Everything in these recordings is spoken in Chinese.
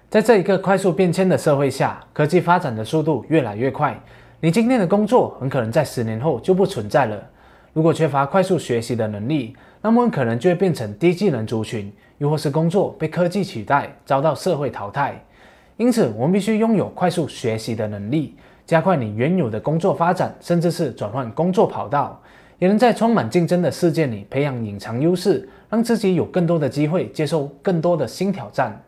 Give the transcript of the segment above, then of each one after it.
在这一个快速变迁的社会下，科技发展的速度越来越快，你今天的工作很可能在10年后就不存在了。如果缺乏快速学习的能力，那么很可能就会变成低技能族群，又或是工作被科技取代，遭到社会淘汰。因此，我们必须拥有快速学习的能力，加快你原有的工作发展，甚至是转换工作跑道，也能在充满竞争的世界里培养隐藏优势，让自己有更多的机会接受更多的新挑战。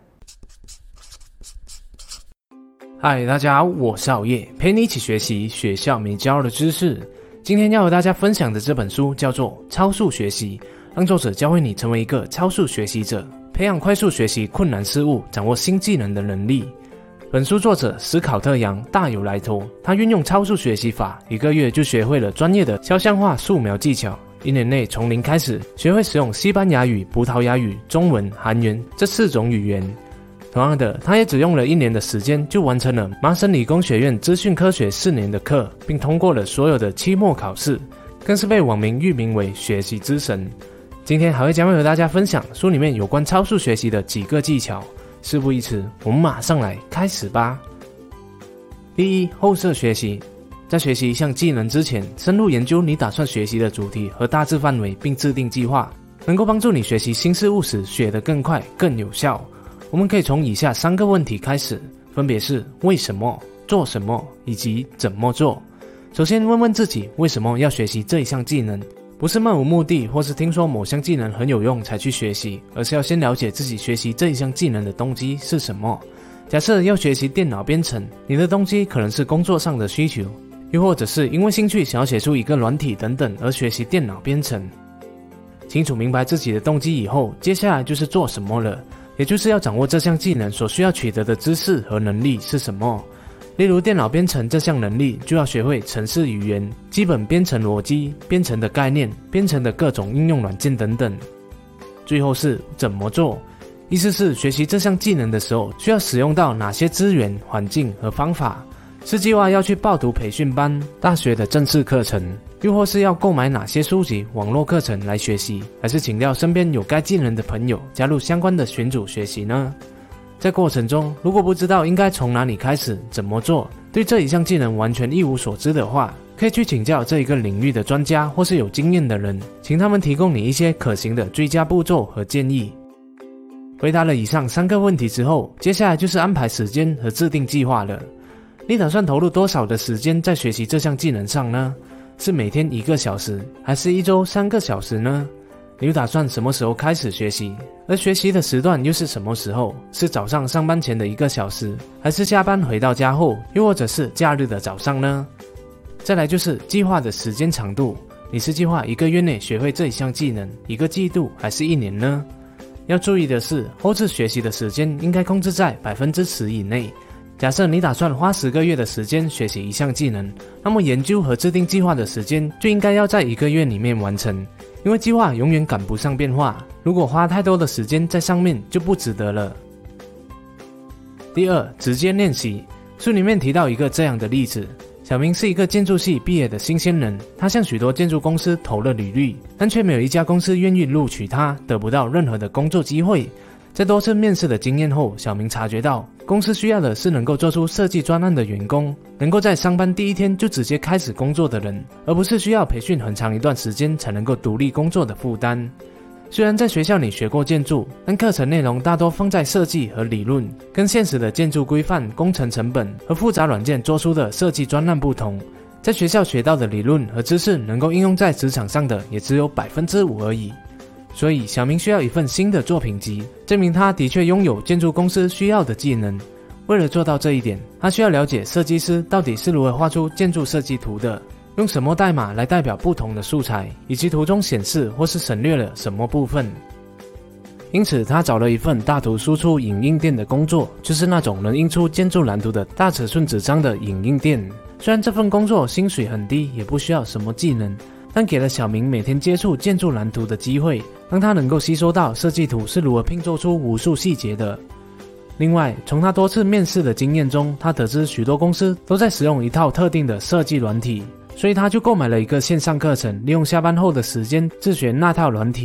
嗨，大家好，我是熬夜，陪你一起学习学校没教的知识。今天要和大家分享的这本书叫做《超速学习》，让作者教会你成为一个超速学习者，培养快速学习困难事物、掌握新技能的能力。本书作者史考特·杨大有来头，他运用超速学习法，1个月就学会了专业的肖像画素描技巧，1年内从零开始学会使用西班牙语、葡萄牙语、中文、韩文这4种语言。同样的，他也只用了1年的时间就完成了麻省理工学院资讯科学4年的课，并通过了所有的期末考试，更是被网民誉名为学习之神。今天还会将会和大家分享书里面有关超速学习的几个技巧。事不宜迟，我们马上来开始吧。第一，后设学习。在学习一项技能之前，深入研究你打算学习的主题和大致范围，并制定计划，能够帮助你学习新事物时学得更快、更有效。我们可以从以下3个问题开始，分别是为什么、做什么以及怎么做。首先问问自己为什么要学习这一项技能，不是漫无目的或是听说某项技能很有用才去学习，而是要先了解自己学习这一项技能的动机是什么。假设要学习电脑编程，你的动机可能是工作上的需求，又或者是因为兴趣想要写出一个软体等等而学习电脑编程。清楚明白自己的动机以后，接下来就是做什么了，也就是要掌握这项技能所需要取得的知识和能力是什么。例如电脑编程这项能力，就要学会程式语言、基本编程逻辑、编程的概念、编程的各种应用软件等等。最后是怎么做，意思是学习这项技能的时候需要使用到哪些资源、环境和方法，是计划要去报读培训班、大学的正式课程，又或是要购买哪些书籍、网络课程来学习，还是请教身边有该技能的朋友加入相关的群组学习呢？在过程中，如果不知道应该从哪里开始、怎么做，对这一项技能完全一无所知的话，可以去请教这一个领域的专家或是有经验的人，请他们提供你一些可行的追加步骤和建议。回答了以上3个问题之后，接下来就是安排时间和制定计划了。你打算投入多少的时间在学习这项技能上呢？是每天1个小时，还是1周3个小时呢？你又打算什么时候开始学习？而学习的时段又是什么时候？是早上上班前的1个小时，还是下班回到家后，又或者是假日的早上呢？再来就是计划的时间长度，你是计划1个月内学会这一项技能，1个季度还是1年呢？要注意的是，后置学习的时间应该控制在 10% 以内。假设你打算花10个月的时间学习一项技能，那么研究和制定计划的时间就应该要在1个月里面完成，因为计划永远赶不上变化，如果花太多的时间在上面就不值得了。第二，直接练习。书里面提到一个这样的例子，小明是一个建筑系毕业的新鲜人，他向许多建筑公司投了履历，但却没有一家公司愿意录取他，得不到任何的工作机会。在多次面试的经验后，小明察觉到公司需要的是能够做出设计专案的员工，能够在上班第1天就直接开始工作的人，而不是需要培训很长一段时间才能够独立工作的负担。虽然在学校里学过建筑，但课程内容大多放在设计和理论，跟现实的建筑规范、工程成本和复杂软件做出的设计专案不同，在学校学到的理论和知识能够应用在职场上的也只有 5% 而已。所以小明需要一份新的作品集，证明他的确拥有建筑公司需要的技能。为了做到这一点，他需要了解设计师到底是如何画出建筑设计图的，用什么代码来代表不同的素材，以及图中显示或是省略了什么部分。因此他找了一份大图输出影印店的工作，就是那种能印出建筑蓝图的大尺寸纸张的影印店。虽然这份工作薪水很低，也不需要什么技能，但给了小明每天接触建筑蓝图的机会，让他能够吸收到设计图是如何拼凑出无数细节的。另外，从他多次面试的经验中，他得知许多公司都在使用一套特定的设计软体，所以他就购买了一个线上课程，利用下班后的时间自学那套软体。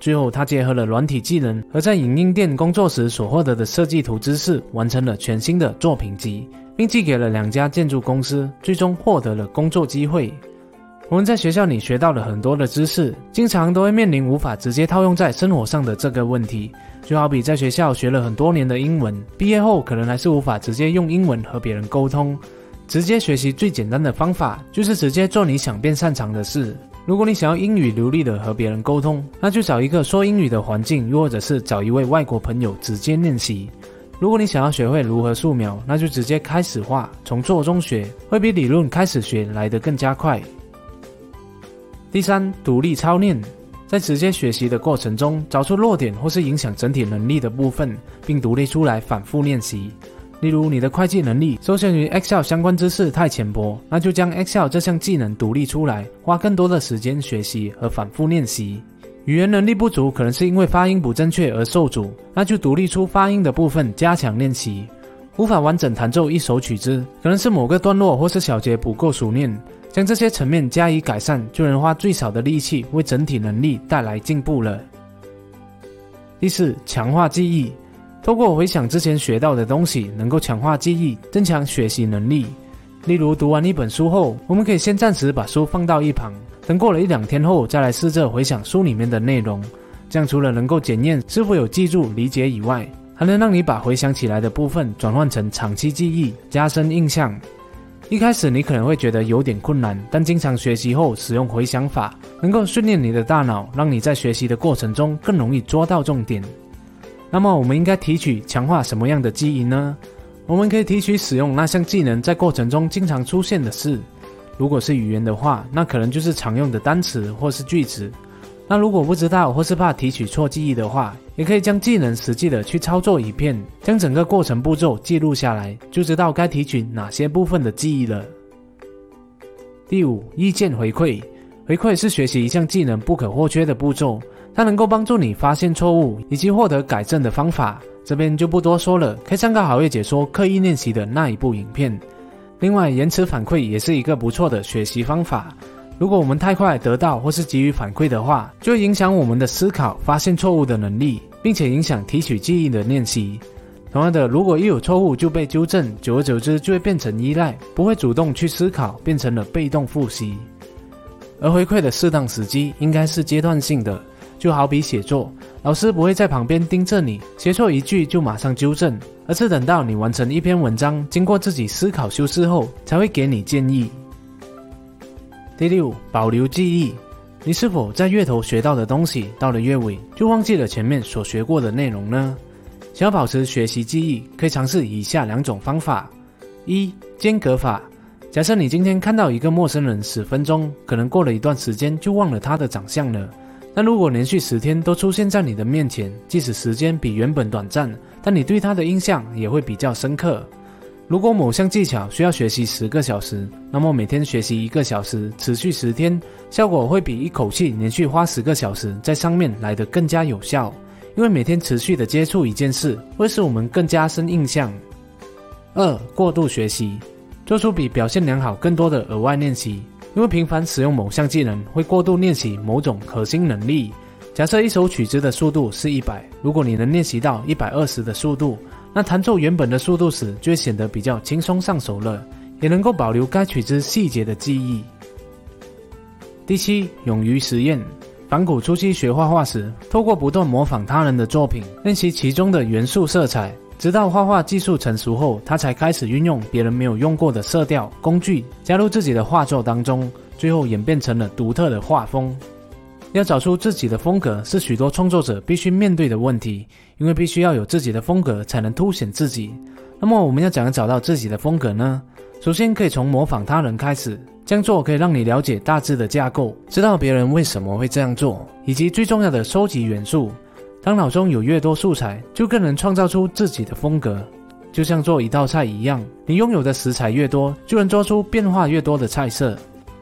最后他结合了软体技能和在影音店工作时所获得的设计图知识，完成了全新的作品集，并寄给了2家建筑公司，最终获得了工作机会。我们在学校里学到了很多的知识，经常都会面临无法直接套用在生活上的这个问题。就好比在学校学了很多年的英文，毕业后可能还是无法直接用英文和别人沟通。直接学习最简单的方法就是直接做你想变擅长的事。如果你想要英语流利的和别人沟通，那就找一个说英语的环境，又或者是找一位外国朋友直接练习。如果你想要学会如何素描，那就直接开始画，从做中学，会比理论开始学来得更加快。第3，独立操练。在直接学习的过程中，找出弱点或是影响整体能力的部分，并独立出来反复练习。例如，你的会计能力受限于 Excel 相关知识太浅薄，那就将 Excel 这项技能独立出来，花更多的时间学习和反复练习。语言能力不足，可能是因为发音不正确而受阻，那就独立出发音的部分加强练习。无法完整弹奏一首曲子，可能是某个段落或是小节不够熟练，将这些层面加以改善，就能花最少的力气为整体能力带来进步了。第4，强化记忆。透过回想之前学到的东西，能够强化记忆，增强学习能力。例如，读完一本书后，我们可以先暂时把书放到一旁，等过了1-2天后，再来试着回想书里面的内容。这样除了能够检验是否有记住理解以外，还能让你把回想起来的部分转换成长期记忆，加深印象。一开始你可能会觉得有点困难，但经常学习后使用回想法，能够训练你的大脑，让你在学习的过程中更容易捉到重点。那么我们应该提取强化什么样的记忆呢？我们可以提取使用那项技能在过程中经常出现的事。如果是语言的话，那可能就是常用的单词或是句子。那如果不知道或是怕提取错记忆的话，也可以将技能实际的去操作一遍，将整个过程步骤记录下来，就知道该提取哪些部分的记忆了。第5，意见回馈。回馈是学习一项技能不可或缺的步骤，它能够帮助你发现错误以及获得改正的方法。这边就不多说了，可以参考好业解说刻意练习的那一部影片。另外，延迟反馈也是一个不错的学习方法。如果我们太快得到或是急于反馈的话，就会影响我们的思考、发现错误的能力，并且影响提取记忆的练习。同样的，如果一有错误就被纠正，久而久之就会变成依赖，不会主动去思考，变成了被动复习。而回馈的适当时机应该是阶段性的，就好比写作，老师不会在旁边盯着你，写错一句就马上纠正，而是等到你完成一篇文章，经过自己思考修饰后，才会给你建议。第6，保留记忆。你是否在月头学到的东西，到了月尾就忘记了前面所学过的内容呢？想要保持学习记忆，可以尝试以下2种方法。1，间隔法。假设你今天看到一个陌生人10分钟，可能过了一段时间就忘了他的长相了。但如果连续10天都出现在你的面前，即使时间比原本短暂，但你对他的印象也会比较深刻。如果某项技巧需要学习10个小时，那么每天学习1个小时，持续10天，效果会比一口气连续花10个小时在上面来得更加有效。因为每天持续的接触一件事，会使我们更加深印象。2，过度学习。做出比表现良好更多的额外练习，因为频繁使用某项技能会过度练习某种核心能力。假设一首曲子的速度是100，如果你能练习到120的速度，那弹奏原本的速度时就会显得比较轻松上手了，也能够保留该曲子细节的记忆。第7，勇于实验。梵谷初期学画画时，透过不断模仿他人的作品，练习其中的元素色彩，直到画画技术成熟后，他才开始运用别人没有用过的色调、工具，加入自己的画作当中，最后演变成了独特的画风。要找出自己的风格是许多创作者必须面对的问题，因为必须要有自己的风格才能凸显自己。那么我们要怎样找到自己的风格呢？首先可以从模仿他人开始，这样做可以让你了解大致的架构，知道别人为什么会这样做，以及最重要的收集元素。当脑中有越多素材，就更能创造出自己的风格。就像做一道菜一样，你拥有的食材越多，就能做出变化越多的菜色。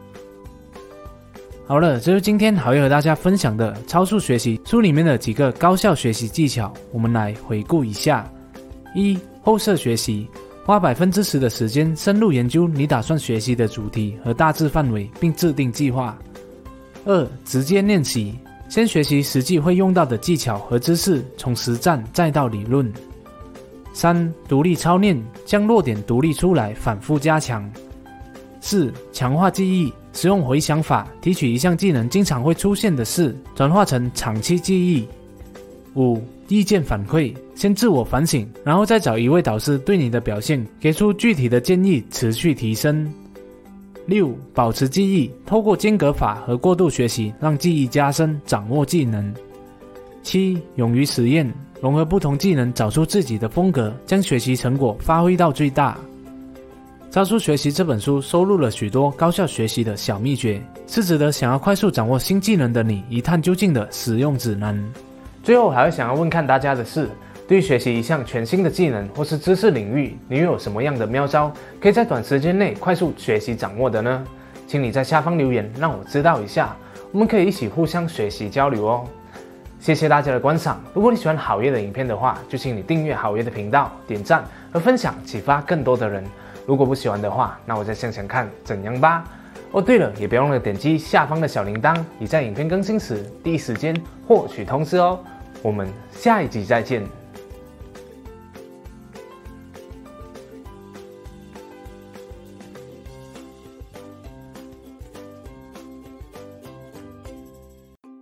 好了，这就是今天好业和大家分享的超速学习书里面的几个高效学习技巧，我们来回顾一下。1、后设学习，花10%的时间深入研究你打算学习的主题和大致范围，并制定计划。2、直接练习， 先学习实际会用到的技巧和知识，从实战再到理论。3. 独立操练，将弱点独立出来，反复加强。4. 强化记忆，使用回想法，提取一项技能经常会出现的事，转化成长期记忆。5. 意见反馈，先自我反省，然后再找一位导师对你的表现给出具体的建议，持续提升。6. 保持记忆，透过间隔法和过度学习，让记忆加深，掌握技能。7. 勇于实验，融合不同技能，找出自己的风格，将学习成果发挥到最大。超速学习这本书收录了许多高效学习的小秘诀，是值得想要快速掌握新技能的你一探究竟的实用指南。最后还会想要问看大家的是，对于学习一项全新的技能或是知识领域，你有什么样的妙招，可以在短时间内快速学习掌握的呢？请你在下方留言，让我知道一下，我们可以一起互相学习交流哦。谢谢大家的观赏，如果你喜欢好业的影片的话，就请你订阅好业的频道，点赞和分享，启发更多的人。如果不喜欢的话，那我再想想看怎样吧。哦，对了，也别忘了点击下方的小铃铛，以在影片更新时第一时间获取通知哦。我们下一集再见。